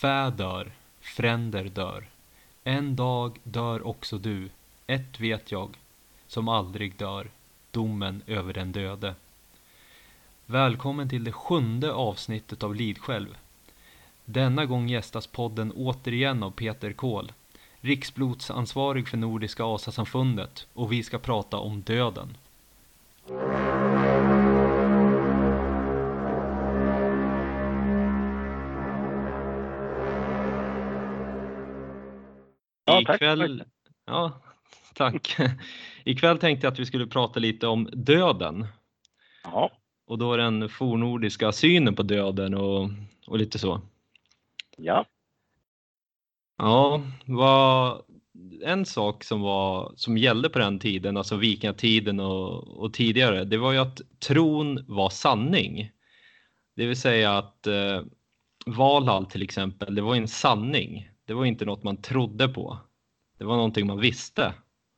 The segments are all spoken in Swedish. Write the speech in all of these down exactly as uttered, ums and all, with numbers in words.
Fä dör, fränder dör. En dag dör också du. Ett vet jag, som aldrig dör. Domen över den döde. Välkommen till det sjunde avsnittet av Lidsjälv. Denna gång gästas podden återigen av Peter Kohl, riksblodsansvarig för Nordiska Asasamfundet, och vi ska prata om döden. Ja, tack. Ikväll, ja, tack. Ikväll tänkte jag att vi skulle prata lite om döden. Ja. Och då den fornordiska synen på döden och, och lite så. Ja. Ja, vad, en sak som, var, som gällde på den tiden, alltså vikingatiden och, och tidigare, det var ju att tron var sanning. Det vill säga att eh, Valhall till exempel, det var en sanning. Det var inte något man trodde på. Det var någonting man visste.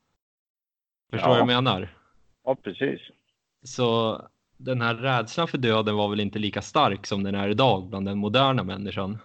Förstår Ja. du vad jag menar? Ja, precis. Så den här rädslan för döden var väl inte lika stark som den är idag bland den moderna människan.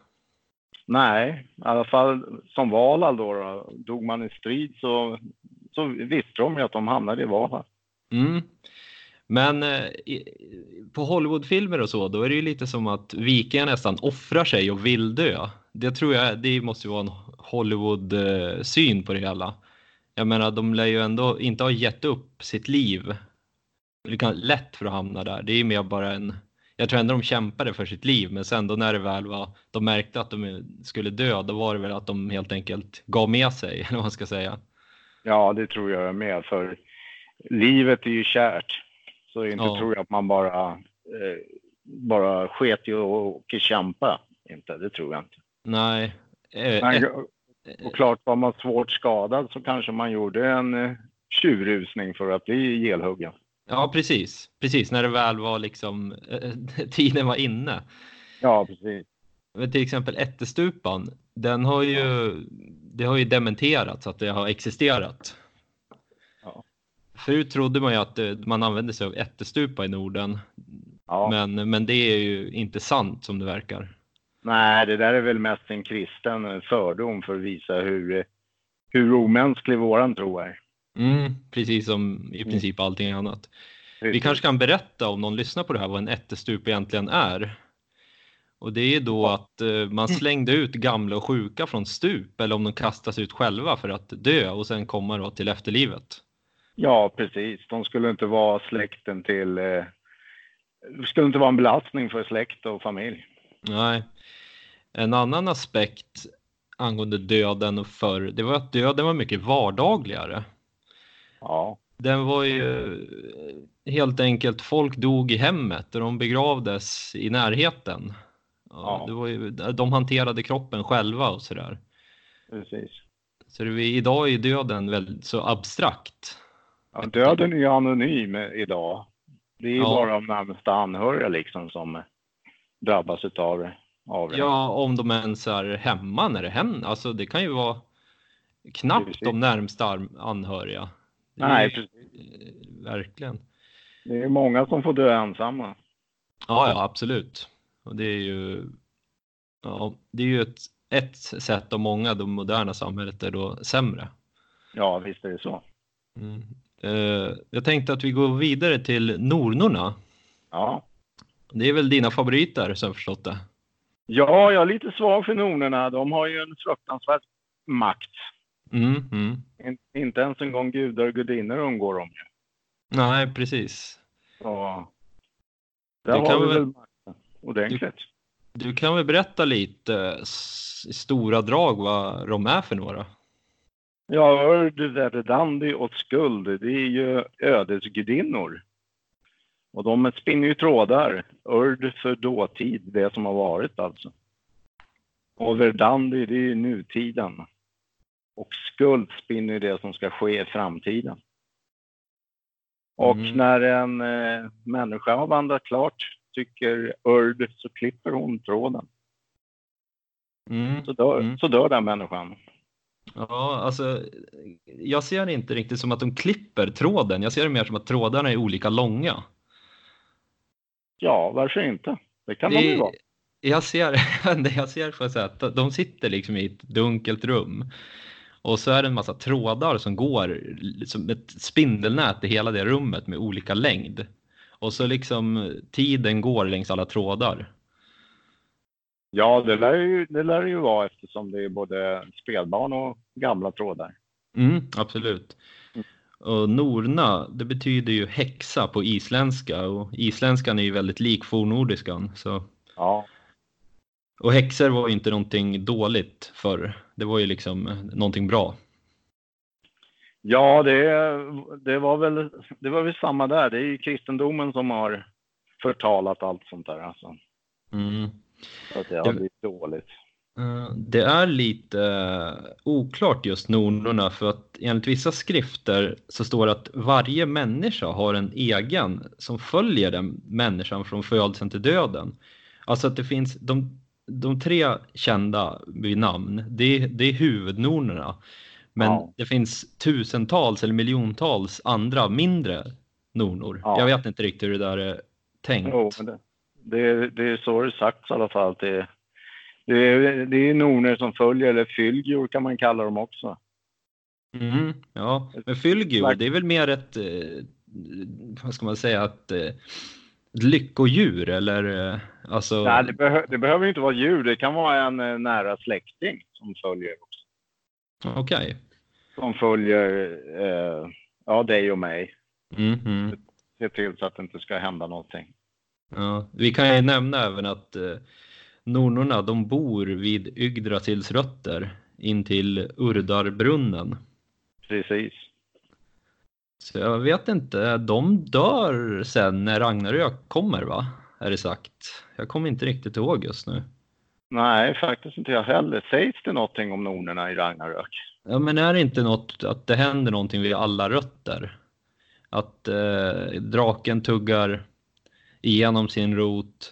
Nej, i alla fall som Valhall då, då dog man i strid så, så visste de ju att de hamnade i Valhall. Mm. Men eh, i, på Hollywoodfilmer och så, då är det ju lite som att vikingar nästan offrar sig och vill dö. Det tror jag, det måste ju vara en Hollywood-syn på det hela. Jag menar, de lär ju ändå inte ha gett upp sitt liv. Det kan lätt för att hamna där. Det är ju mer bara en... Jag tror ändå de kämpade för sitt liv, men sen då när det väl var... De märkte att de skulle dö, då var det väl att de helt enkelt gav med sig, eller vad man ska säga. Ja, det tror jag är med, för livet är ju kärt. Så inte Ja. tror jag att man bara, eh, bara sket i och, och kämpa. Inte, det tror jag inte. Nej. Eh, Men, ett, och klart, var man svårt skadad så kanske man gjorde en eh, tjurrusning för att bli gelhuggen. Ja, precis. Precis, när det väl var liksom... Eh, tiden var inne. Ja, precis. Men till exempel ättestupan, den har ju... Ja. Det har ju dementerats att det har existerat. Ja. Förut trodde man ju att man använde sig av ättestupa i Norden. Ja. Men, men det är ju inte sant som det verkar. Nej, det där är väl mest en kristen fördom för att visa hur, hur omänsklig våran tro är. Mm, precis som i princip allting annat. Precis. Vi kanske kan berätta, om någon lyssnar på det här, vad en ättestupa egentligen är. Och det är då ja. att uh, man slängde ut gamla och sjuka från stup, eller om de kastas ut själva för att dö och sen komma då till efterlivet. Ja, precis. De skulle inte vara släkten till... Eh, det skulle inte vara en belastning för släkt och familj. Nej. En annan aspekt angående döden och förr, det var att döden var mycket vardagligare. Ja. Den var ju helt enkelt, folk dog i hemmet och de begravdes i närheten. Ja. Det var ju, de hanterade kroppen själva och sådär. Precis. Så det, idag är döden väldigt så abstrakt. Ja, döden är ju anonym idag. Det är ju ja. bara de närmaste anhöriga liksom som drabbas av det. Av det. Ja, om de ens är hemma när det händer. Alltså det kan ju vara knappt precis. De närmsta anhöriga. Det Nej, är, precis. Verkligen. Det är många som får dö ensamma. Ja, ja, absolut. Och det är ju ja, det är ju ett, ett sätt av många, de moderna samhället är då sämre. Ja, visst är det så. Mm. Uh, jag tänkte att vi går vidare till nornorna. Ja. Det är väl dina favoriter, som jag förstått det. Ja, jag är lite svag för nornorna. De har ju en fruktansvärd makt. Mm, mm. In, inte ens en gång gudar och gudinnor umgår de ju. Nej, precis. Ja. Där har vi väl makten ordentligt. Du, du kan väl berätta lite i stora drag vad de är för några? Ja, Urd, Verdandi och Skuld, det är ju ödesgudinnor. Och de spinner ju trådar. Urd för dåtid, det som har varit alltså. Och Verdandi, det är ju nutiden. Och Skuld spinner ju det som ska ske i framtiden. Och mm. när en eh, människa har vandrat klart, tycker Urd, så klipper hon tråden. Mm. Så, dör, mm. så dör den människan. Ja, alltså jag ser det inte riktigt som att de klipper tråden. Jag ser det mer som att trådarna är olika långa. Ja, varför inte? Det kan det, de ju vara. jag ser, jag ser på så att de sitter liksom i ett dunkelt rum. Och så är det en massa trådar som går som ett spindelnät i hela det rummet med olika längd. Och så liksom tiden går längs alla trådar. Ja, det lär ju, det lär ju vara eftersom det är både spelbarn och gamla trådar. Mm, absolut. Och Norna, det betyder ju häxa på isländska. Och isländskan är ju väldigt lik fornnordiskan. Så. Ja. Och häxor var ju inte någonting dåligt förr. Det var ju liksom någonting bra. Ja, det, det, var väl, det var väl samma där. Det är ju kristendomen som har förtalat allt sånt där. Alltså. Mm. Så att det har blivit dåligt. Det är lite oklart just nornorna, för att enligt vissa skrifter så står det att varje människa har en egen som följer den människan från födelsen till döden. Alltså att det finns de, de tre kända vid namn, det, det är huvudnornorna. Men ja. Det finns tusentals eller miljontals andra mindre nornor. Ja. Jag vet inte riktigt hur det där är tänkt. Jo, men det, det, det är så det sagts i alla fall. Det, det, är, det är nornor som följer, eller fylgjor kan man kalla dem också. Mm, ja, men fylgjor, det är väl mer ett, vad ska man säga, ett, ett lyckodjur eller alltså... Nej, det, behö, det behöver inte vara djur, det kan vara en nära släkting som följer också. Okej. Okay. Som följer eh, ja, dig och mig. Mm-hmm. Se till så att det inte ska hända någonting. Ja, vi kan ju nämna även att eh, nornorna, de bor vid Yggdrasils rötter in till Urdarbrunnen. Precis. Så jag vet inte, de dör sen när Ragnarök kommer, va? Är det sagt. Jag kommer inte riktigt ihåg just nu. Nej, faktiskt inte jag heller. Sägs det någonting om nornorna i Ragnarök? Ja, men är det inte något att det händer någonting vid alla rötter? Att eh, draken tuggar igenom sin rot.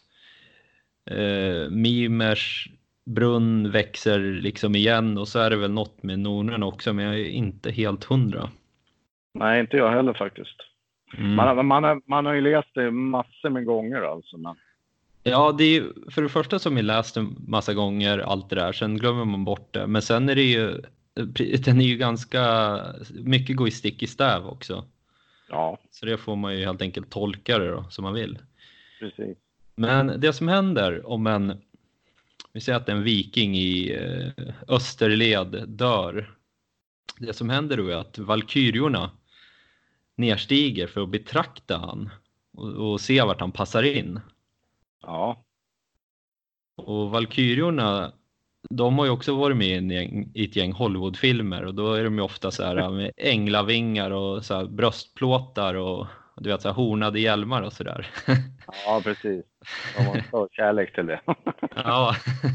Eh, Mimers brunn växer liksom igen, och så är det väl något med nornen också, men jag är inte helt hundra. Nej, inte jag heller faktiskt. Mm. Man, man, har, man har ju läst det massor med gånger alltså. Men... Ja, det är ju för det första som vi läst en massa gånger allt det där, sen glömmer man bort det. Men sen är det ju, den är ju ganska, mycket går i stick i stäv också. Ja. Så det får man ju helt enkelt tolka det då, som man vill. Precis. Men det som händer om en, vi säger att en viking i Österled dör. Det som händer då är att valkyriorna nerstiger för att betrakta han och, och se vart han passar in. Ja. Och valkyriorna, de har ju också varit med i, en gäng, i ett gäng Hollywoodfilmer, och då är de ju ofta så här med änglavingar och så här bröstplåtar och du vet så här hornade hjälmar och så där. Ja, precis. De har så kärlek till det. Ja.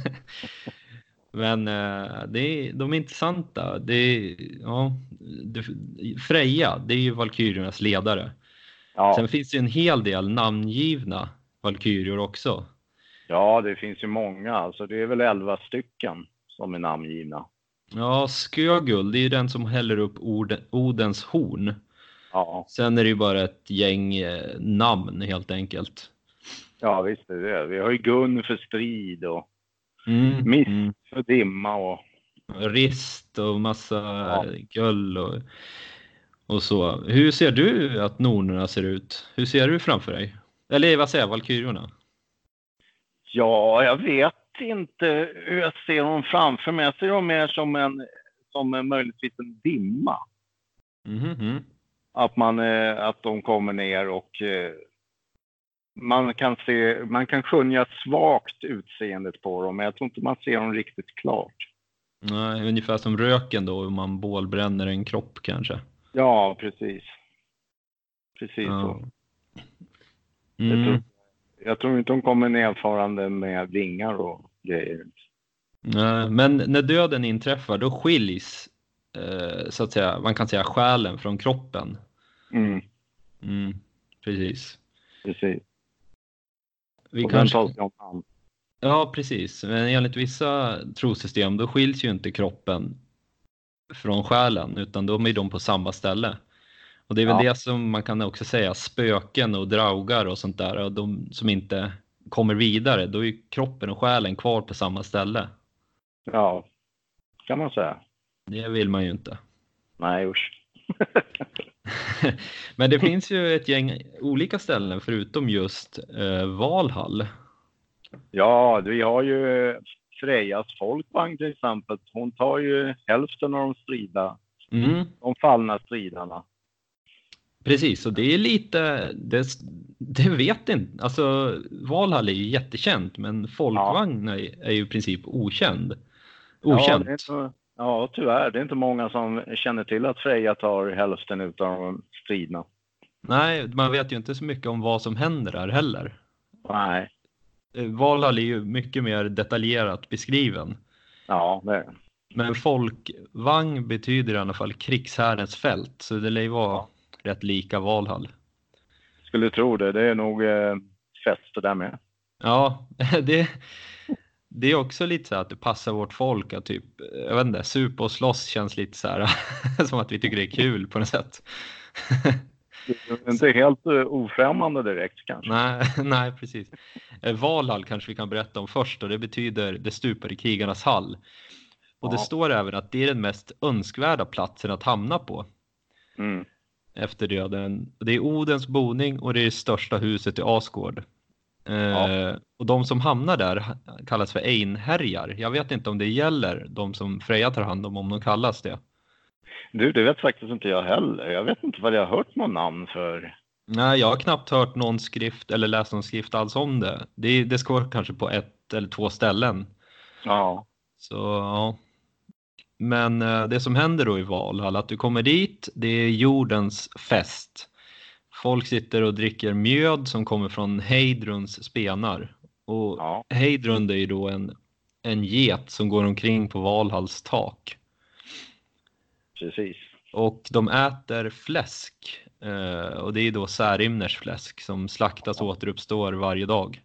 Men uh, det är, de är intressanta. Det är, ja, det, Freja, det är ju valkyriornas ledare. Ja. Sen finns det en hel del namngivna valkyrior också. Ja, det finns ju många. Alltså, det är väl elva stycken som är namngivna. Ja, Skögul, det är ju den som häller upp orden, Odens horn. Ja. Sen är det ju bara ett gäng eh, namn helt enkelt. Ja, visst är det. Vi har ju Gun för strid och mm, Mist mm. för dimma och Rist och massa ja. Gull och, och så. Hur ser du att nornorna ser ut? Hur ser du framför dig? Eller vad säger valkyriorna? Ja, jag vet inte hur jag ser dem framför mig. Jag ser dem mer som en, som en möjligtvis en dimma. Mm-hmm. Att, man, att de kommer ner och man kan, se, man kan skönja svagt utseendet på dem. Men jag tror inte man ser dem riktigt klart. Nej, ungefär som röken då, om man bålbränner en kropp kanske. Ja, precis. Precis ja. Så. Mm. Jag, tror, jag tror inte de kommer nedfarande med vingar och grejer. Nej, men när döden inträffar, då skiljs eh, så att säga, man kan säga själen från kroppen. Mm. Mm, precis. Precis. Vi kanske... Ja, precis. Men enligt vissa trosystem, då skiljs ju inte kroppen från själen, utan de är de på samma ställe. Och det är väl ja. Det som man kan också säga spöken och draugar och sånt där, och de som inte kommer vidare, då är ju kroppen och själen kvar på samma ställe. Ja, kan man säga. Det vill man ju inte. Nej, usch. Men det finns ju ett gäng olika ställen förutom just eh, Valhall. Ja, vi har ju Frejas folkvagn till exempel. Hon tar ju hälften av de strida, Mm. de fallna stridarna. Precis, och det är lite, det, det vet inte, alltså Valhall är ju jättekänt, men folkvagn ja. är, är ju i princip okänd. Okänt. Ja, det är inte, ja, tyvärr. Det är inte många som känner till att Freja tar hälften av de striderna. Nej, man vet ju inte så mycket om vad som händer där heller. Nej. Valhall är ju mycket mer detaljerat beskriven. Ja, det är. Men folkvagn betyder i alla fall krigshärens fält, så det lär ju vara ja. rätt lika Valhall. Skulle tro det. Det är nog eh, fest det där med. Ja, det, det är också lite så att det passar vårt folk att typ, jag vet inte, supa och slåss känns lite så här som att vi tycker det är kul på något sätt. Det är inte helt uh, ofrämmande direkt kanske. Nej, nej, precis. Valhall kanske vi kan berätta om först, och det betyder det stupade krigarnas hall. Och ja. Det står även att det är den mest önskvärda platsen att hamna på. Mm. Efter döden. Det är Odens boning och det är det största huset i Asgård. Ja. Eh, och de som hamnar där kallas för einherjar. Jag vet inte om det gäller de som Freja tar hand om, om de kallas det. Du, det vet faktiskt inte jag heller. Jag vet inte vad jag har hört någon namn för. Nej, jag har knappt hört någon skrift eller läst någon skrift alls om det. Det, det ska kanske på ett eller två ställen. Ja. Så, ja. Men eh, det som händer då i Valhall, att du kommer dit, det är jordens fest. Folk sitter och dricker mjöd som kommer från Heidruns spenar. Och ja. Heidrun är ju då en, en get som går omkring på Valhalls tak. Precis. Och de äter fläsk. Eh, och det är då Särimners fläsk som slaktas och återuppstår varje dag.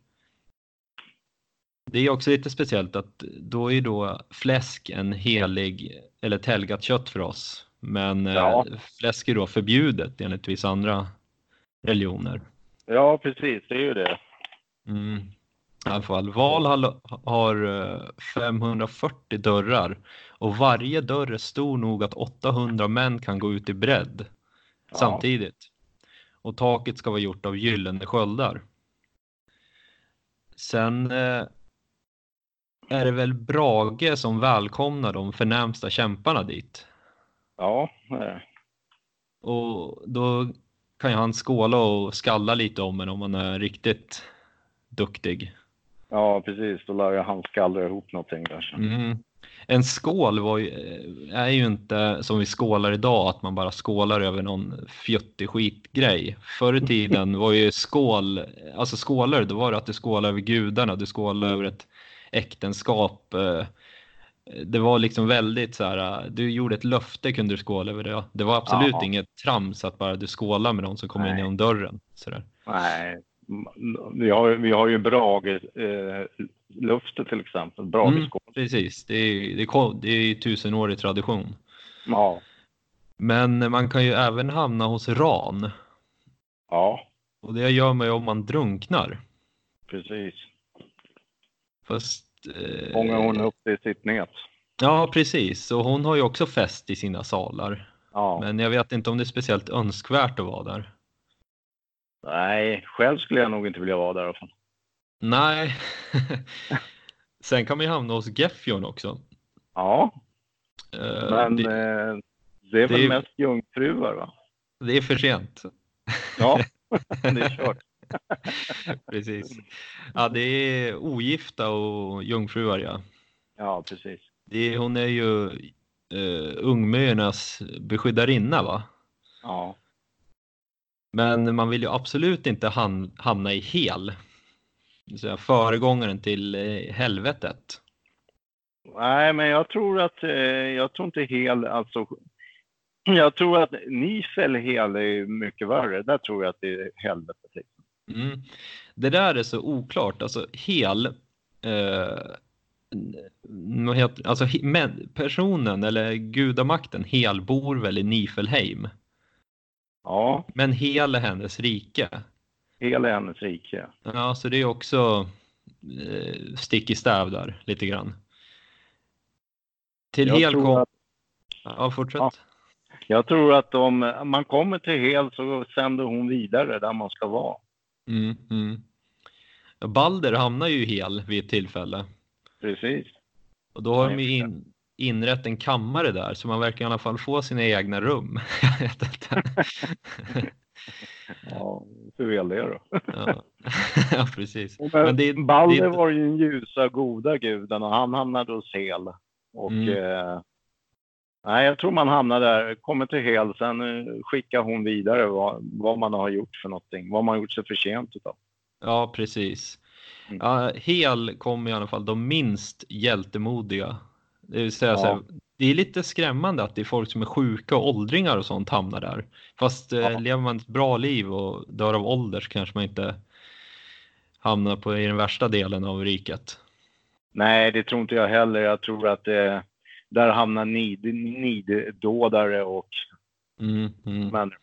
Det är också lite speciellt att då är då fläsk en helig eller ett helgat kött för oss. Men ja. eh, fläsk är då förbjudet enligt vissa andra religioner. Ja, precis. Det är ju det. Mm. I alla fall, Valhall har femhundrafyrtio dörrar. Och varje dörr är stor nog att åttahundra män kan gå ut i bredd ja. samtidigt. Och taket ska vara gjort av gyllene sköldar. Sen eh, är det väl Brage som välkomnar de förnämsta kämparna dit. Ja. Nej. Och då kan ju han skåla och skalla lite om en om man är riktigt duktig. Ja, precis. Då lär jag han skallra ihop någonting där. Mm. En skål var ju, är ju inte som vi skålar idag, att man bara skålar över någon fjuttig skitgrej. Förr i tiden var ju skål, alltså skålar, då var det att du skålar över gudarna, du skålar över ett äktenskap. Det var liksom väldigt så här, du gjorde ett löfte kunde du skåla över det. Det var absolut Aha. inget trams att bara du skålar med någon som kommer in genom dörren. Så där. Nej, vi har, vi har ju Brage eh, lufte till exempel. Brage mm, precis, det är, det är, det är tusenårig tradition. Ja. Men man kan ju även hamna hos Ran. Ja. Och det gör man ju om man drunknar. Precis. Fast... Eh, Fångar hon upp i sitt nät. Ja, precis. Och hon har ju också fest i sina salar. Ja. Men jag vet inte om det är speciellt önskvärt att vara där. Nej, själv skulle jag nog inte vilja vara där i alla fall. Nej. Sen kan man ju hamna hos Gefjon också. Ja. Uh, Men det, eh, det är väl det, mest jungfruar va? Det är för sent. Ja, det är kört. Precis. Ja, det är ogifta och jungfruar, ja. Ja, precis. Det, hon är ju uh, ungmöernas beskyddarinna, va? Ja. Men man vill ju absolut inte ham- hamna i hel. Så föregångaren till eh, helvetet. Nej, men jag tror att eh, jag tror inte hel, alltså jag tror att Nifel hel är mycket värre. Där tror jag att det är helvetet. Liksom. Mm. Det där är så oklart. Alltså hel eh, alltså men, personen eller gudamakten hel bor väl i Nifelheim. Ja. Men hel är hennes rike. Hel är hennes rike. Ja, så det är också eh, stick i stäv där lite grann. Till Jag Hel tror kom... att, Ja, fortsätt. Ja. jag tror att om man kommer till Hel så sänder hon vidare där man ska vara. Mm, mm. Ja, Balder hamnar ju Hel vid ett tillfälle. Precis. Och då har de ju in, inrätt en kammare där, så man verkar i alla fall få sina egna rum. Jag vet inte. Ja, hur väl det då? Ja. Ja, precis. Men, Men det, Balder det, var ju en ljusa, goda guden och han hamnade hos Hel. Och Mm. eh, nej, jag tror man hamnar där, kommer till Hel, sen eh, skickar hon vidare vad, vad man har gjort för någonting, vad man har gjort sig förtjänt utav. Ja, precis. Mm. Ja, Hel kommer i alla fall de minst hjältemodiga. Det vill säga Ja. så här, det är lite skrämmande att det är folk som är sjuka och åldringar och sånt hamnar där. Fast Ja. eh, lever man ett bra liv och dör av ålder så kanske man inte hamnar på i den värsta delen av riket. Nej, det tror inte jag heller. Jag tror att det, där hamnar nid, niddådare och Mm, mm. människor.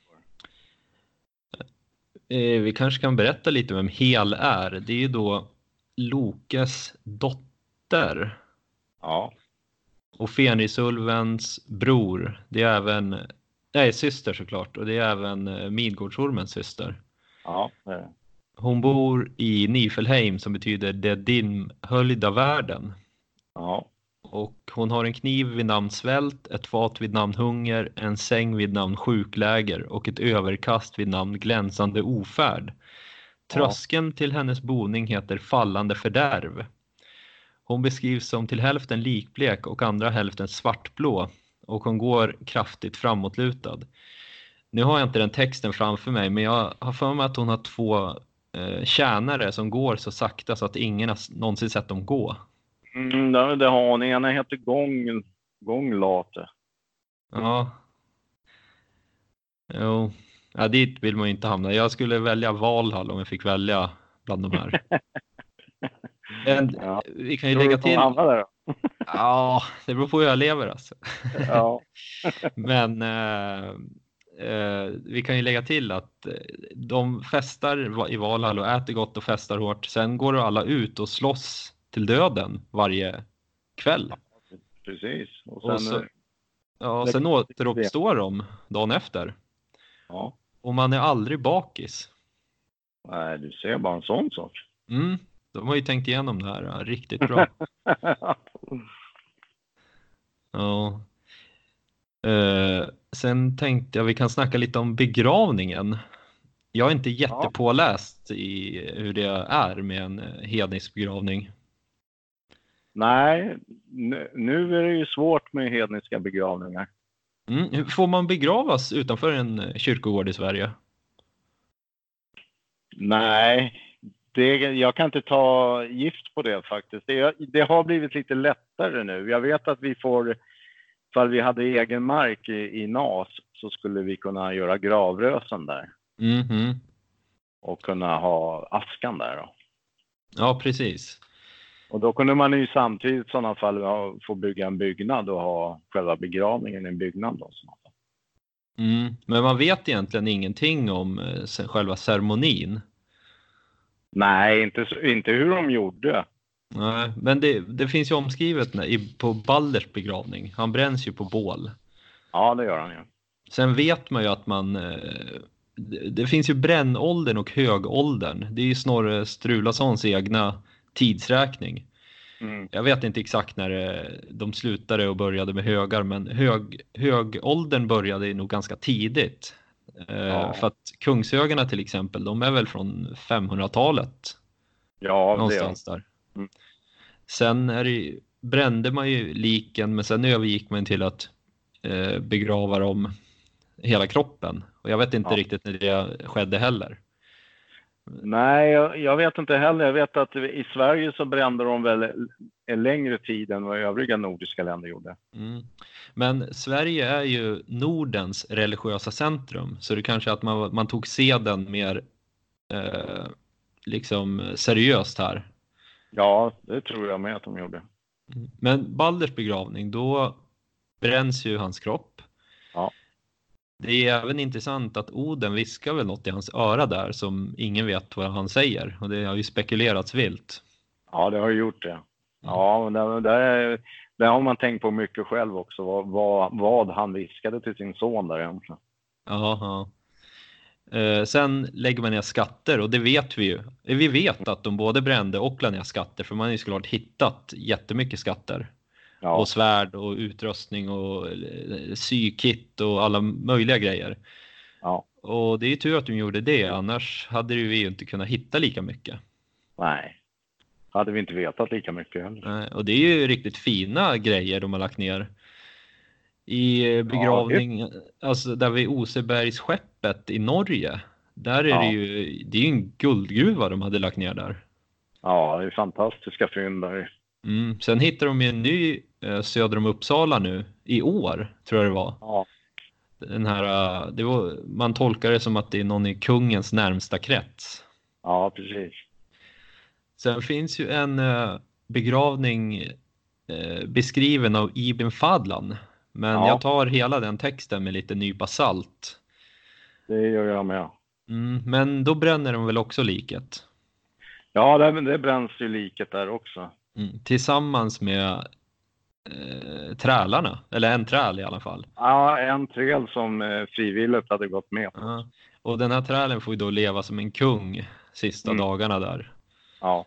Eh, vi kanske kan berätta lite vem Hel är. Det är ju då Lokes dotter. Ja. Och Fenrisulvens bror. Det är även, nej, syster såklart. Och det är även eh, Midgårdsormens syster. Ja, det är det. Hon bor i Nifelheim, som betyder det dimhöljda världen. Ja. Och hon har en kniv vid namn svält, ett fat vid namn hunger, en säng vid namn sjukläger och ett överkast vid namn glänsande ofärd. Tröskeln till hennes boning heter fallande fördärv. Hon beskrivs som till hälften likblek och andra hälften svartblå, och hon går kraftigt framåtlutad. Nu har jag inte den texten framför mig, men jag har för mig att hon har två eh, tjänare som går så sakta så att ingen har någonsin sett dem gå. Mm, det, det har hon. Ena heter Gång, Gånglate. Ja. Jo. Ja, dit vill man ju inte hamna. Jag skulle välja Valhall om jag fick välja bland de här. En, Ja. vi kan ju Tror lägga du till... hon hamnar där då? Ja, det beror på hur jag lever alltså. Ja. Men eh, eh, vi kan ju lägga till att eh, de festar i Valhall och äter gott och festar hårt. Sen går alla ut och slåss till döden varje kväll. Precis. Och sen, Och så, ja, det- sen återuppstår de dagen efter. ja. Och man är aldrig bakis. Nej, du ser bara en sån sak. Mm, de har ju tänkt igenom det här ja, riktigt bra. Ja. Uh, sen tänkte jag vi kan snacka lite om begravningen. Jag är inte jättepåläst i hur det är med en hednisk begravning. Nej, nu, nu är det ju svårt med hedniska begravningar. Mm. Hur får man begravas utanför en kyrkogård i Sverige? Nej, det, jag kan inte ta gift på det faktiskt. Det, det har blivit lite lättare nu. Jag vet att vi får, för vi hade egen mark i, i N A S, så skulle vi kunna göra gravrösen där. Mm-hmm. Och kunna ha askan där då. Ja, precis. Och då kunde man ju samtidigt i sådana fall ha, få bygga en byggnad och ha själva begravningen i en byggnad då. Mm. Men man vet egentligen ingenting om eh, själva ceremonin. Nej, inte, inte hur de gjorde. Nej, men det, det finns ju omskrivet när, i, på Balders begravning. Han bränns ju på bål. Ja, det gör han ju. Sen vet man ju att man... Eh, det, det finns ju brännåldern och högåldern. Det är ju Snorre Strulasons egna tidsräkning. Mm. Jag vet inte exakt när det, de slutade och började med högar, men hög, högåldern började nog ganska tidigt. Eh, Ja. För att kungshögarna till exempel, de är väl från femhundratalet. Ja, Någonstans det där. Mm. Sen är det, brände man ju liken, men sen övergick man till att eh, begrava dem hela kroppen. Och jag vet inte Ja. riktigt när det skedde heller. Nej, jag, jag vet inte heller. Jag vet att i Sverige så brände de väl en längre tid än vad övriga nordiska länder gjorde. Mm. Men Sverige är ju Nordens religiösa centrum, så det kanske är att man, man tog seden mer eh, liksom seriöst här. Ja, det tror jag med att de gjorde. Men Balders begravning, då bränns ju hans kropp. Ja. Det är även intressant att Oden viskar väl något i hans öra där som ingen vet vad han säger. Och det har ju spekulerats vilt. Ja, det har ju gjort det. Ja, det, det, det har man tänkt på mycket själv också. Vad, vad, vad han viskade till sin son där egentligen. Ja, ja. Eh, sen lägger man ner skatter och det vet vi ju. Vi vet att de både brände och lade ner skatter, för man har ju såklart hittat jättemycket skatter. Ja. Och svärd och utrustning och sykit och alla möjliga grejer. Ja. Och det är ju tur att de gjorde det, annars hade vi ju inte kunnat hitta lika mycket. Nej, hade vi inte vetat lika mycket heller. Nej, och det är ju riktigt fina grejer de har lagt ner. I begravning, ja, det... alltså där vid Osebergsskeppet i Norge, där är ja. det ju, det är ju en guldgruva de hade lagt ner där. Ja, det är fantastiska fynd där. Mm. Sen hittar de ju en ny eh, söder om Uppsala nu i år, tror jag det var. Ja. Den här, det var, man tolkar det som att det är någon i kungens närmsta krets. Ja, precis. Sen finns ju en eh, begravning eh, beskriven av Ibn Fadlan. Men ja. jag tar hela den texten med lite nypa salt. Det gör jag med. Mm, men då bränner de väl också liket? Ja, det, det bränns ju liket där också. Mm, tillsammans med eh, trälarna. Eller en träl i alla fall. Ja, en träl som eh, frivilligt hade gått med. Ja. Och den här trälen får ju då leva som en kung sista mm. dagarna där. Ja.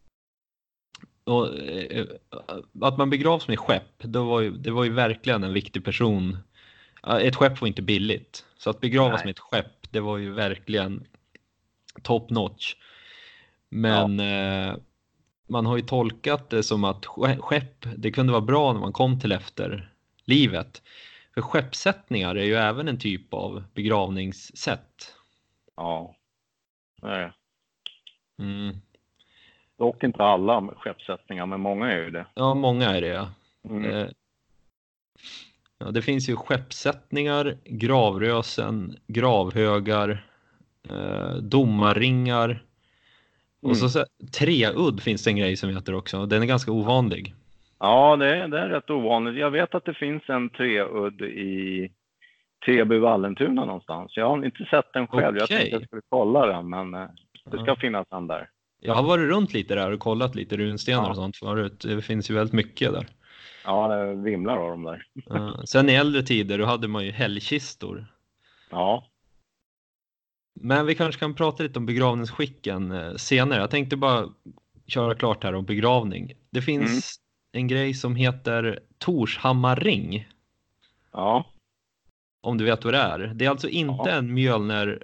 Och, eh, att man begravs med skepp, då var ju, det var ju verkligen en viktig person. Ett skepp var inte billigt. Så att begravas Nej. med ett skepp, det var ju verkligen top notch. Men ja. eh, man har ju tolkat det som att skepp, det kunde vara bra när man kom till efter livet. För skeppsättningar är ju även en typ av begravningssätt. Ja. Nej. Mm. Dock inte alla skeppsättningar, men många är ju det. Ja, många är det, ja. Mm. Eh, ja, det finns ju skeppsättningar, gravrösen, gravhögar, eh, domarringar. Mm. Och så, så treudd finns det en grej som heter också. Den är ganska ovanlig. Ja, det är, det är rätt ovanligt. Jag vet att det finns en treudd i Täby Vallentuna någonstans. Jag har inte sett den själv. Okay. Jag tänkte att jag skulle kolla den, men det ska ja. finnas en där. Jag har varit runt lite där och kollat lite runstenar ja. och sånt förut. Det finns ju väldigt mycket där. Ja, det vimlar av dem där. Uh, sen i äldre tider då hade man ju hällkistor. Ja. Men vi kanske kan prata lite om begravningsskicken uh, senare. Jag tänkte bara köra klart här om begravning. Det finns mm. en grej som heter Torshammarring. Ja. Om du vet vad det är. Det är alltså inte ja. en Mjölner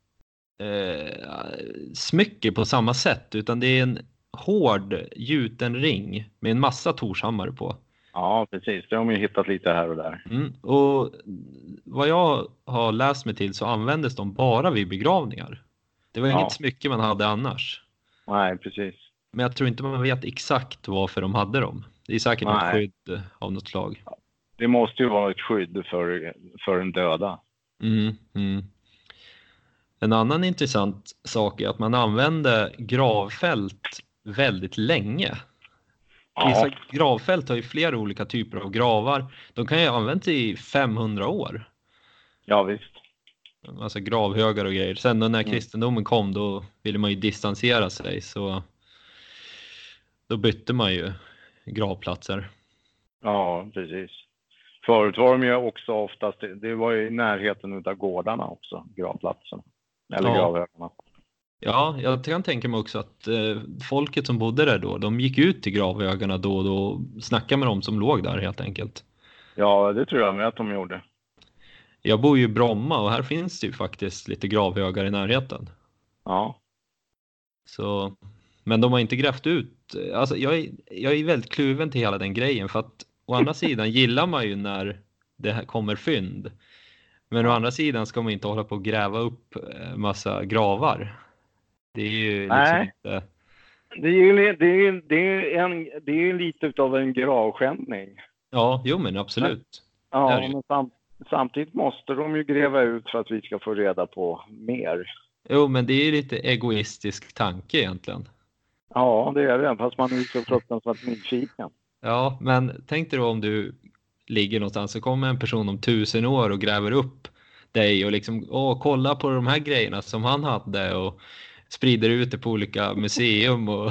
eh, smycke på samma sätt, utan det är en hård gjuten ring med en massa Torshammar på. Ja, precis. Det har man ju hittat lite här och där. Mm. Och vad jag har läst mig till så användes de bara vid begravningar. Det var ja. inget smycke man hade annars. Nej, precis. Men jag tror inte man vet exakt varför de hade dem. Det är säkert Nej. ett skydd av något slag. Det måste ju vara ett skydd för, för en döda. Mm, mm. En annan intressant sak är att man använde gravfält väldigt länge. Ja. Vissa gravfält har ju flera olika typer av gravar. De kan ju användas i femhundra år. Ja, visst. Alltså gravhögar och grejer. Sen då när kristendomen kom, då ville man ju distansera sig. Så då bytte man ju gravplatser. Ja, precis. Förut var de ju också oftast, det var ju i närheten av gårdarna också, gravplatsen. Eller ja. gravhögarna. Ja, jag kan tänka mig också att eh, folket som bodde där då, de gick ut till gravhögarna då och då och snackade med dem som låg där helt enkelt. Ja, det tror jag med att de gjorde. Jag bor ju i Bromma och här finns det ju faktiskt lite gravhögar i närheten. Ja. Så, men de har inte grävt ut. Alltså jag är, jag är väldigt kluven till hela den grejen, för att å andra sidan gillar man ju när det här kommer fynd. Men å andra sidan ska man inte hålla på att gräva upp massa gravar. Det är ju liksom Nej. inte... Det är ju det är, det är en, det är lite utav en gravskändning. Ja, jo men absolut. Ja, men sam, samtidigt måste de ju gräva ut för att vi ska få reda på mer. Jo, men det är ju lite egoistisk tanke egentligen. Ja, det är det. Fast man är ju så fruktansvärt nyfiken. Ja, men tänk dig då om du ligger någonstans så kommer en person om tusen år och gräver upp dig och liksom, åh, kolla på de här grejerna som han hade och sprider ut det på olika museum och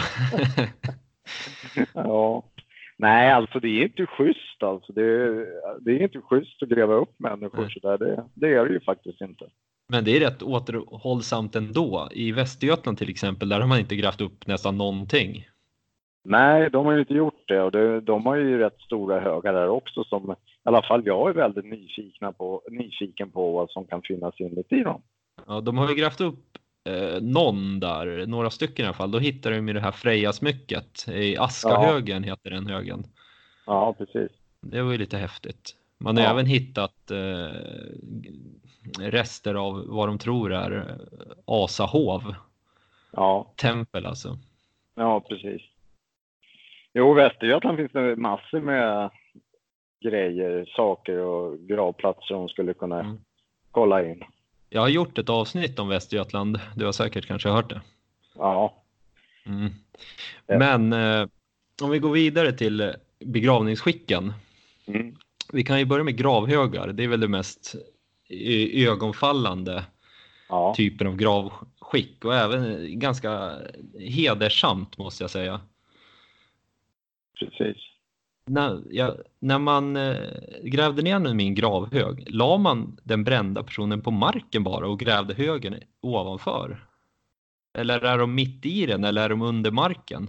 Ja. Nej, alltså det är inte schysst alltså. Det är, det är inte schysst att gräva upp människor så där. Det, det är det ju faktiskt inte. Men det är rätt återhållsamt ändå. I Västergötland till exempel, där har man inte grävt upp nästan någonting. Nej, de har ju inte gjort det och det, de har ju rätt stora högar där också som i alla fall jag är väldigt nyfikna på, nyfiken på vad som kan finnas inuti dem. Ja, de har ju grävt upp eh, någon där, några stycken i alla fall. Då hittar de ju det här Freja-smycket. I Askahögen ja. Heter den högen. Ja, precis. Det var ju lite häftigt. Man har ja. även hittat eh, rester av vad de tror är Asahov. Ja. Tempel alltså. Ja, precis. Jo, i Västergötland finns det massor med grejer, saker och gravplatser de skulle kunna mm. kolla in. Jag har gjort ett avsnitt om Västergötland. Du har säkert kanske hört det. Ja. Mm. Men eh, om vi går vidare till begravningsskicken. Mm. Vi kan ju börja med gravhögar. Det är väl det mest ögonfallande ja. typen av gravskick. Och även ganska hedersamt måste jag säga. Precis. När, ja, när man eh, grävde ner min gravhög, la man den brända personen på marken bara och grävde högen ovanför? Eller är de mitt i den eller är de under marken?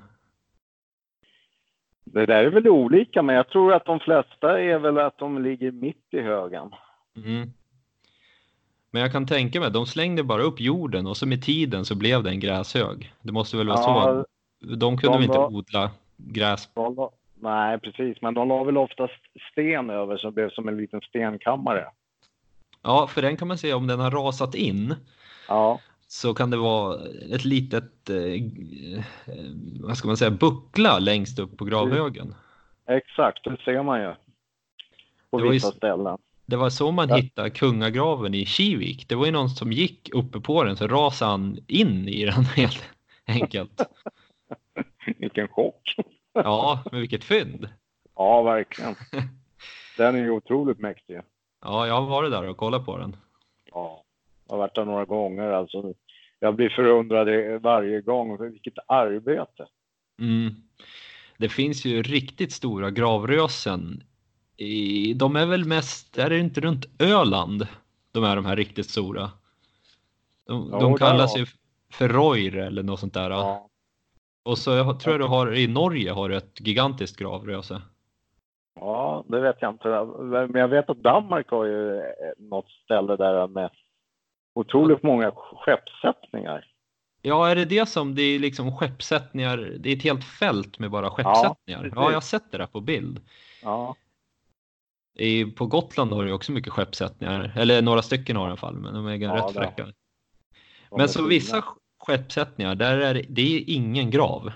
Det där är väl olika, men jag tror att de flesta är väl att de ligger mitt i högen. Mm. Men jag kan tänka mig, de slängde bara upp jorden och så med tiden så blev det en gräshög. Det måste väl vara ja, så. De kunde de väl inte var... odla gräs? De... Nej, precis. Men de la väl oftast sten över så det blev som en liten stenkammare. Ja, för den kan man se om den har rasat in. Ja. Så kan det vara ett litet, eh, vad ska man säga, buckla längst upp på gravhögen. Exakt, det ser man ju på det vissa ju, ställen. Det var så man ja. hittade kungagraven i Kivik. Det var ju någon som gick uppe på den så rasade han in i den helt enkelt. Vilken chock. Ja, men vilket fynd. Ja, verkligen. Den är ju otroligt mäktig. Ja, jag har varit där och kollat på den. Ja, jag har varit där några gånger. Alltså, jag blir förundrad varje gång. Vilket arbete. Mm. Det finns ju riktigt stora gravrösen. I, de är väl mest, är det inte runt Öland? De är de här riktigt stora. De, ja, de kallas ju för Roir eller något sånt där. Ja. Och så jag tror jag du har i Norge har du ett gigantiskt gravröse. Ja, det vet jag inte. Men jag vet att Danmark har ju något ställe där med otroligt många skeppssättningar. Ja, är det det som det är liksom skeppssättningar? Det är ett helt fält med bara skeppssättningar. Ja, ja jag har sett det där på bild. Ja. I, på Gotland har du också mycket skeppssättningar. Eller några stycken har i alla fall, men de är ja, rätt fräcka. Men så fina. Vissa skeppssättningar, där är det, det är ingen grav.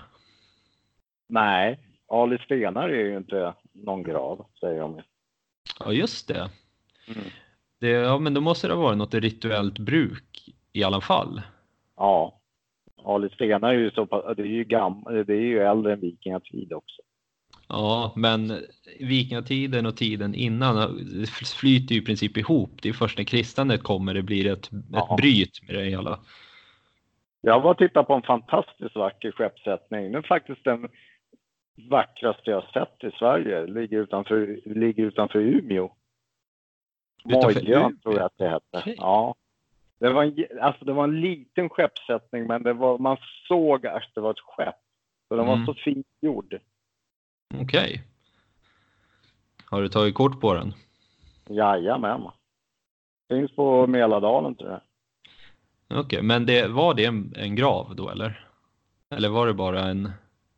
Nej, Ali stenar är ju inte någon grav, säger de. Ja, just det. Mm. det. Ja, men då måste det vara något rituellt bruk i alla fall. Ja, Ali stenar är ju så pass, det är ju gammal, det är ju äldre än vikingatid också. Ja, men vikingatiden och tiden innan flyter ju i princip ihop. Det är först när kristandet kommer det blir ett, ja. ett bryt med det hela. Jag var och tittade på en fantastiskt vacker skeppssättning. Det är faktiskt den vackraste jag sett i Sverige. Ligger utanför, ligger utanför Umeå. Mojön tror jag att det hette. Okay. Ja. Det var, en, alltså det var en liten skeppssättning men det var, man såg att det var ett skepp. Så den mm. var så fint gjord. Okej. Okay. Har du tagit kort på den? Jajamän. Finns på Mälardalen tror jag. Okej, okay, men det, var det en, en grav då eller? Eller var det bara en,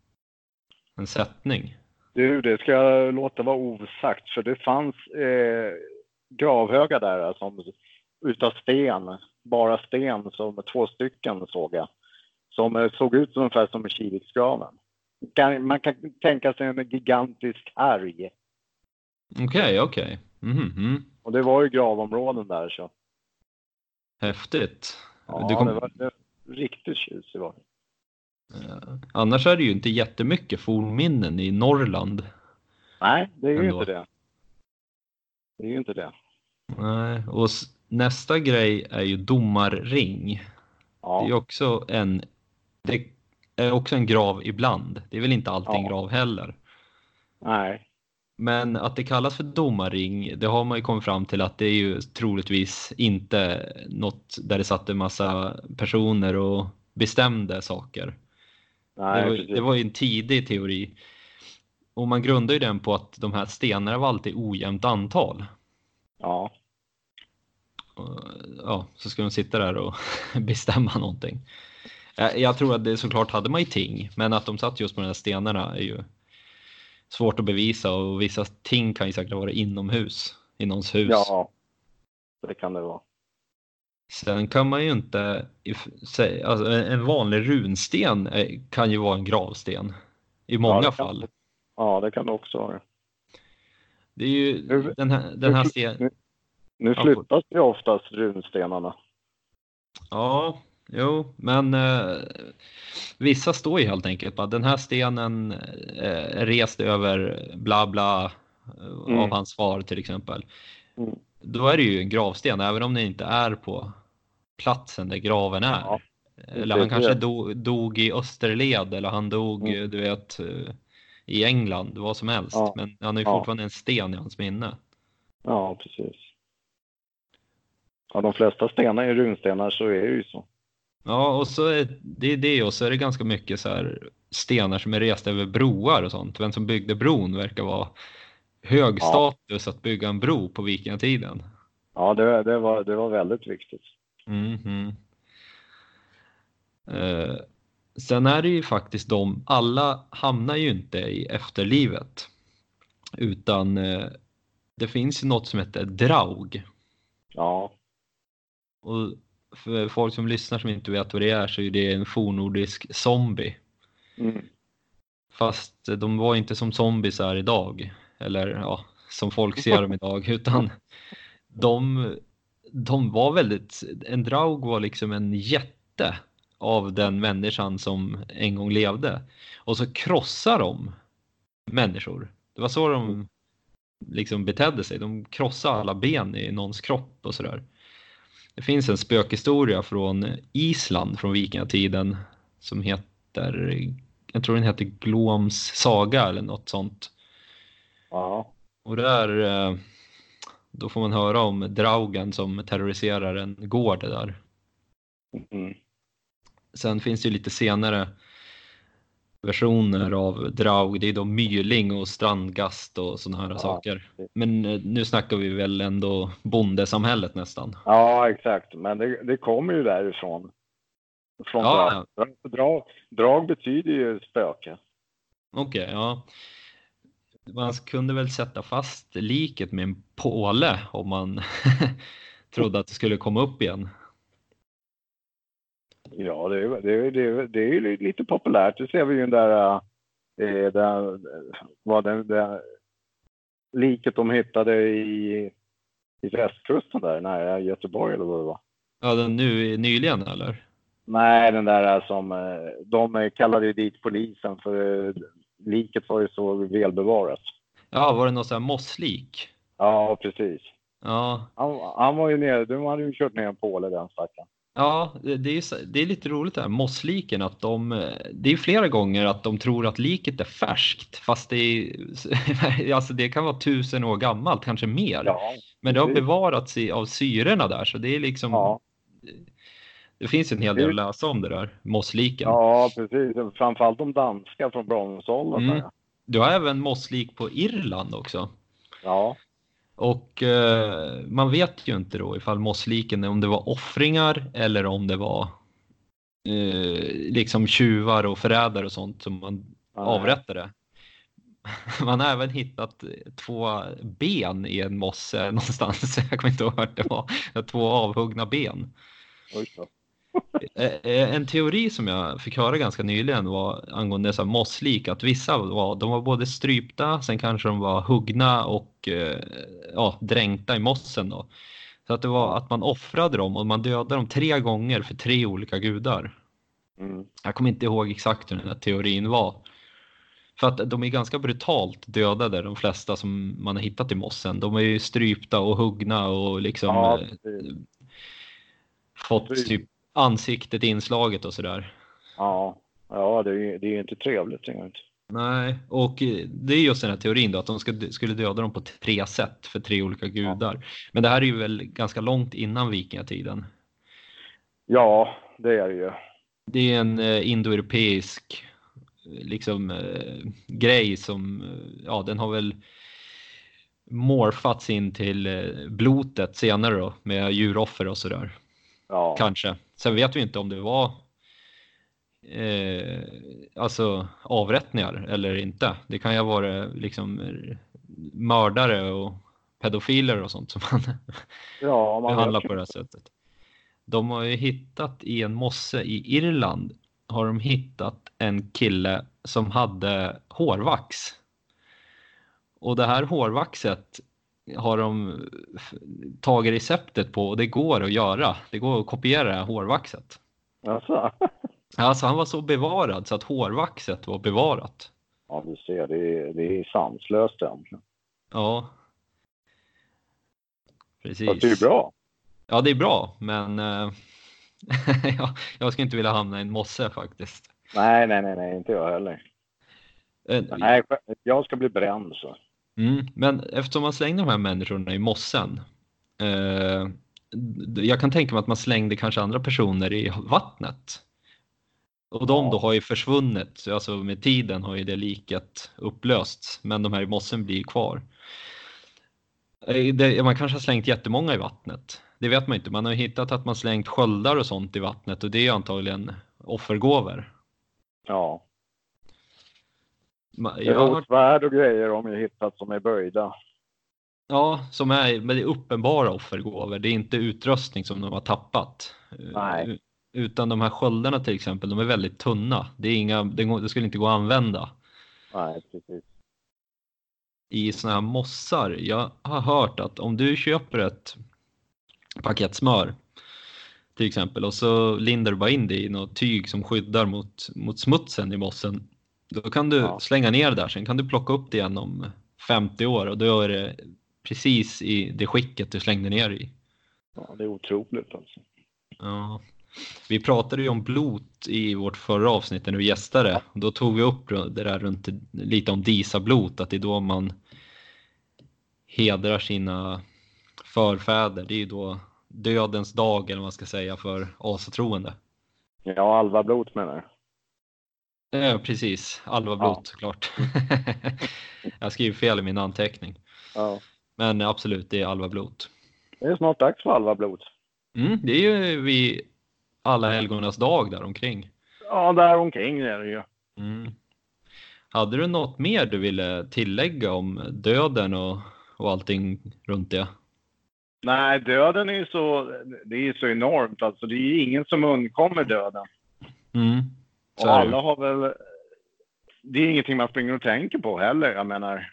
en sättning? Du, det ska jag låta vara osagt för det fanns eh, gravhögar där som, utav sten, bara sten som två stycken såg jag. Som såg ut ungefär som en Kiviksgraven. Man kan tänka sig en gigantisk härj. Okej, okay, okej. Okay. Mm-hmm. Och det var ju gravområden där så. Häftigt. Ja, du kom... det var det riktigt tjusigt var det. Uh, annars är det ju inte jättemycket fornminnen i Norrland. Nej, det är ju ändå. inte det. Det är ju inte det. Nej, och nästa grej är ju domarring. Ja. Det är också en det är också en grav ibland. Det är väl inte alltid en Ja. grav heller. Nej. Men att det kallas för domarring, det har man ju kommit fram till att det är ju troligtvis inte något där det satt en massa personer och bestämde saker. Nej, det, var, precis. det var ju en tidig teori. Och man grundar ju den på att de här stenarna var alltid ojämnt antal. Ja. Och, ja, så ska de sitta där och bestämma någonting. Jag, jag tror att det såklart hade man ju ting, men att de satt just på de här stenarna är ju svårt att bevisa, och vissa ting kan ju säkert vara inomhus, i någons hus. Ja, det kan det vara. Sen kan man ju inte säga, alltså en vanlig runsten kan ju vara en gravsten i många ja, fall. Kan, ja, det kan det också vara. Det är ju nu, den här, den här sten... Nu, nu flyttas ju oftast runstenarna. Ja, jo, men eh, vissa står ju helt enkelt på att den här stenen eh, är rest över bla bla mm. av hans far till exempel. Mm. Då är det ju en gravsten, även om det inte är på platsen där graven är. Ja, eller han kanske dog, dog i Österled, eller han dog, mm. du vet, i England, vad som helst. Ja. Men han har ju fortfarande ja. en sten i hans minne. Ja, precis. Ja, de flesta stenar är runstenar, så är det ju så. Ja, och så är det det, och så är det ganska mycket så här stenar som är resta över broar och sånt. Vem som byggde bron verkar vara hög status ja. att bygga en bro på vikingatiden. Ja, det, det, var, det var väldigt viktigt. Mm-hmm. Eh, sen är det ju faktiskt de, alla hamnar ju inte i efterlivet. Utan eh, det finns ju något som heter draug. Ja. Och för folk som lyssnar som inte vet vad det är, så är det en fornnordisk zombie. Mm. Fast de var inte som zombies här idag. Eller ja, som folk ser dem idag. Utan de, de var väldigt... En draug var liksom en jätte av den människan som en gång levde. Och så krossar de människor. Det var så de liksom betedde sig. De krossade alla ben i någons kropp och sådär. Det finns en spökhistoria från Island från vikingatiden som heter, jag tror den heter Gloms saga eller något sånt. Ja. Och där, då får man höra om draugen som terroriserar en gård där. Mm. Sen finns det ju lite senare versioner av draug. Det är då myling och strandgast och såna här ja. saker. Men nu snackar vi väl ändå bondesamhället nästan. Ja, exakt. Men det, det kommer ju därifrån. Från ja. drag. drag. Drag betyder ju spöke. Okej, okay, ja. Man kunde väl sätta fast liket med en påle om man trodde att det skulle komma upp igen. Ja, det är, det, är, det, är, det är ju lite populärt. Det ser vi ju den där, eh, där vad den där liket de hittade i, i västkusten där, nära Göteborg eller vad det var. Ja, den nu nyligen eller? Nej, den där som de kallade ju dit polisen för liket var ju så välbevarat. Ja, var det något så här mosslik? Ja, precis. Ja. Han, han var ju nere, de hade ju kört ner en påle den stacken. Ja, det är, det är lite roligt där, mossliken, att de, det är flera gånger att de tror att liket är färskt, fast det är, alltså det kan vara tusen år gammalt, kanske mer. Ja, men det har bevarats i, av syrorna där, så det är liksom, ja. Det finns en hel del att läsa om det där, mossliken. Ja, precis. Framförallt de danska från bronsåldern. Mm. Du har även mosslik på Irland också. Ja. Och eh, man vet ju inte då ifall mossliken, om det var offringar eller om det var eh, liksom tjuvar och förrädare och sånt som man ja. avrättade. Man har även hittat två ben i en mosse någonstans. Jag kommer inte ihåg vart det var. Två avhuggna ben. Oj då. En teori som jag fick höra ganska nyligen var angående dessa mosslik, att vissa var, de var både strypta, sen kanske de var huggna och ja, dränkta i mossen då. Så att det var att man offrade dem och man dödade dem tre gånger för tre olika gudar. Mm. Jag kommer inte ihåg exakt hur den här teorin var. För att de är ganska brutalt dödade, de flesta som man har hittat i mossen. De är ju strypta och huggna och liksom Ja, eh, precis. fått typ ansiktet inslaget och sådär. Ja, ja det är det är inte trevligt. Det är inte. Nej, och eh, det är just den här teorin då, att de ska, skulle döda dem på tre sätt för tre olika gudar. Men det här är ju väl ganska långt innan vikingatiden. Ja, det är det ju. Det är en eh, indoeuropeisk liksom eh, grej som, eh, ja, den har väl morfats in till eh, blotet senare då, med djuroffer och sådär. Ja, Kanske. Sen vet vi inte om det var eh, alltså avrättningar eller inte. Det kan ju vara liksom eh, mördare och pedofiler och sånt som man ja man behandlar vet på ju. det här sättet. De har ju hittat i en mosse i Irland, har de hittat en kille som hade hårvax. Och det här hårvaxet har de f- tagit receptet på, och det går att göra. Det går att kopiera det här hårvaxet. Alltså. Alltså han var så bevarad så att hårvaxet var bevarat. Ja, du ser, det är, det är sanslöst egentligen. Ja. Fast det är Precis. bra. Ja, det är bra, men eh, ja, jag skulle inte vilja hamna i en mosse faktiskt. Nej, nej, nej, nej, inte jag heller. Eh, Nej, jag ska bli bränd så. Mm, men eftersom man slängde de här människorna i mossen, eh, jag kan tänka mig att man slängde kanske andra personer i vattnet. Och de då har ju försvunnit, alltså med tiden har ju det liket upplösts, men de här i mossen blir kvar. Eh, Det, man kanske har slängt jättemånga i vattnet. Det vet man inte. Man har ju hittat att man slängt sköldar och sånt i vattnet, och det är antagligen offergåvor. Ja. Ma- Det Jag är har hört, rotsvärd och grejer om jag hittat som är böjda. ja, som är, men det är uppenbara offergåvor. Det är inte utrustning som de har tappat. Nej. U- Utan de här sköldarna till exempel, de är väldigt tunna. Det är inga, det, går, det skulle inte gå att använda Nej, precis. i såna här mossar. Jag har hört att om du köper ett paket smör till exempel, och så lindar du bara in det i något tyg som skyddar mot, mot smutsen i mossen, då kan du Ja. slänga ner det där. Sen kan du plocka upp det igen om femtio år, och då är det precis i det skicket du slängde ner i. Ja, det är otroligt alltså. Ja. Vi pratade ju om blot i vårt förra avsnitt när du gästade. Då tog vi upp det där runt lite om Disa-blot, att det är då man hedrar sina förfäder. Det är ju då dödens dag, eller vad man ska säga, för asatroende. Ja, alvablot menar du? Ja, precis. Alvablot, Ja. såklart. Jag skriver fel i min anteckning. Ja. Men absolut, det är alvablot. Det är snart dags för alvablot. Mm, det är ju vid alla helgonas dag där omkring. Ja, där omkring är det ju. Mm. Hade du något mer du ville tillägga om döden och, och allting runt det? Nej, döden är ju så, det är ju så enormt. Alltså, det är ju ingen som undkommer döden. Mm. Så Och är det alla ju. har väl... Det är ingenting man springer och tänker på heller. Jag menar...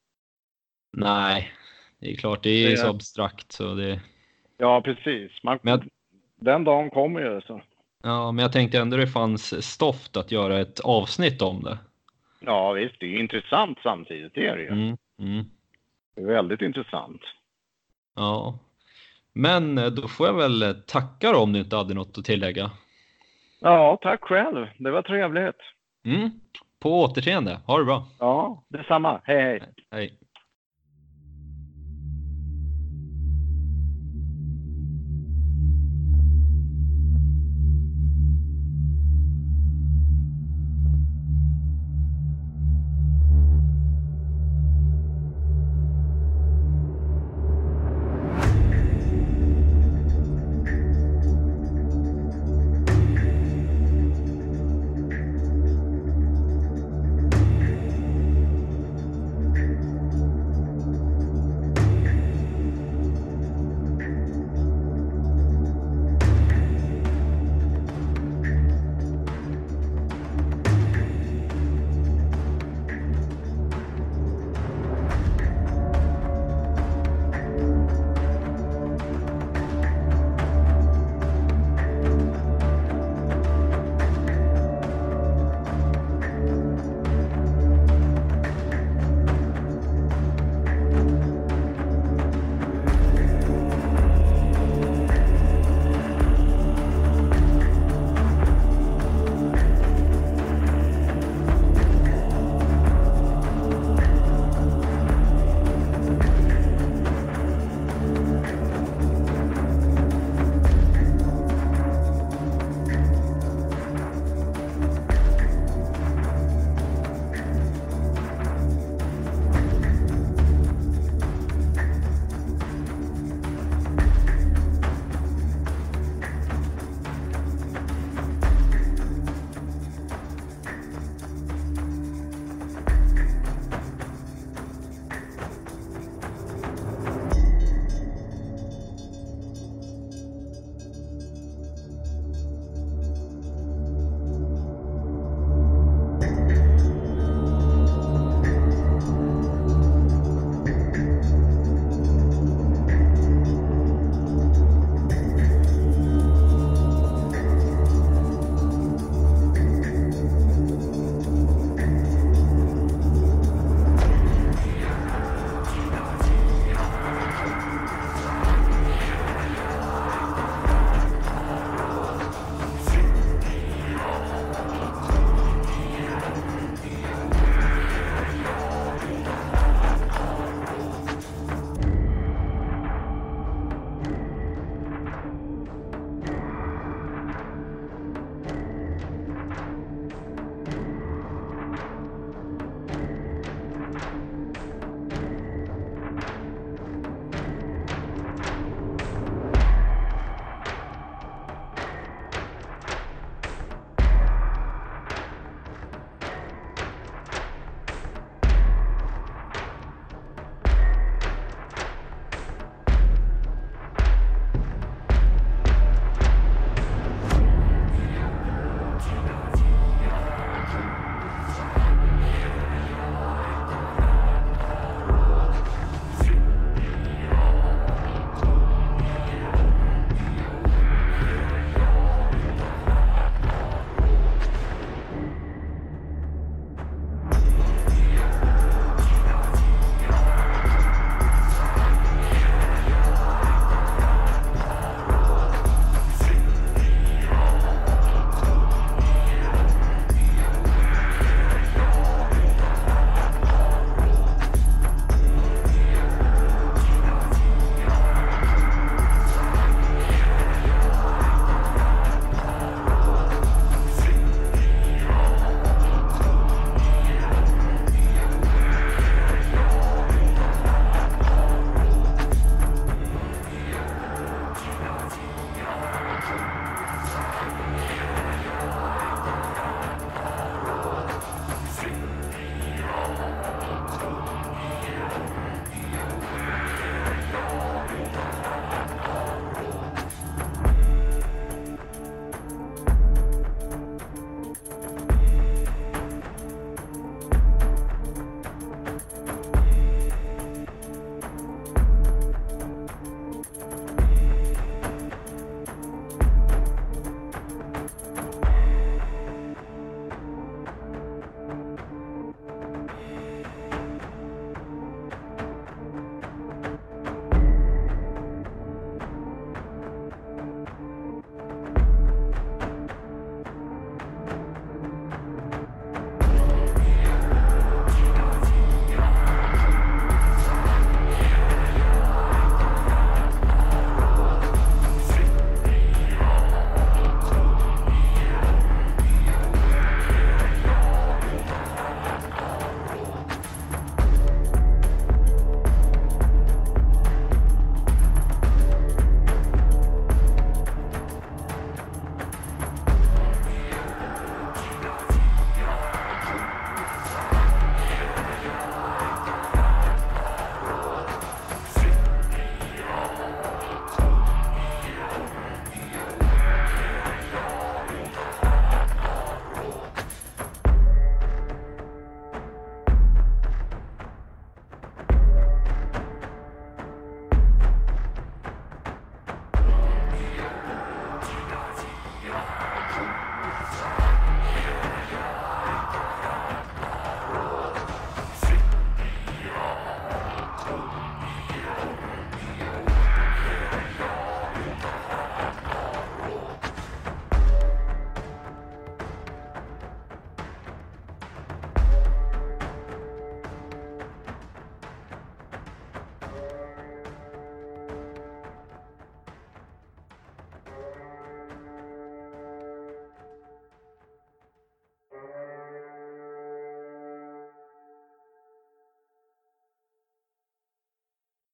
Nej, det är klart, det är Det- så abstrakt så det... Ja, precis. Man, Men jag, Den dagen kommer ju så. ja, men jag tänkte ändå det fanns stoff att göra ett avsnitt om det. Ja, visst. Det är ju intressant samtidigt. Det är det ju. Mm. Mm. Det är väldigt intressant. Ja. Men eh, då får jag väl tacka då, om du inte hade något att tillägga. Ja, tack själv. Det var trevligt. Mm. På återseende. Ha det bra. Ja, detsamma. Hej, hej. Hej.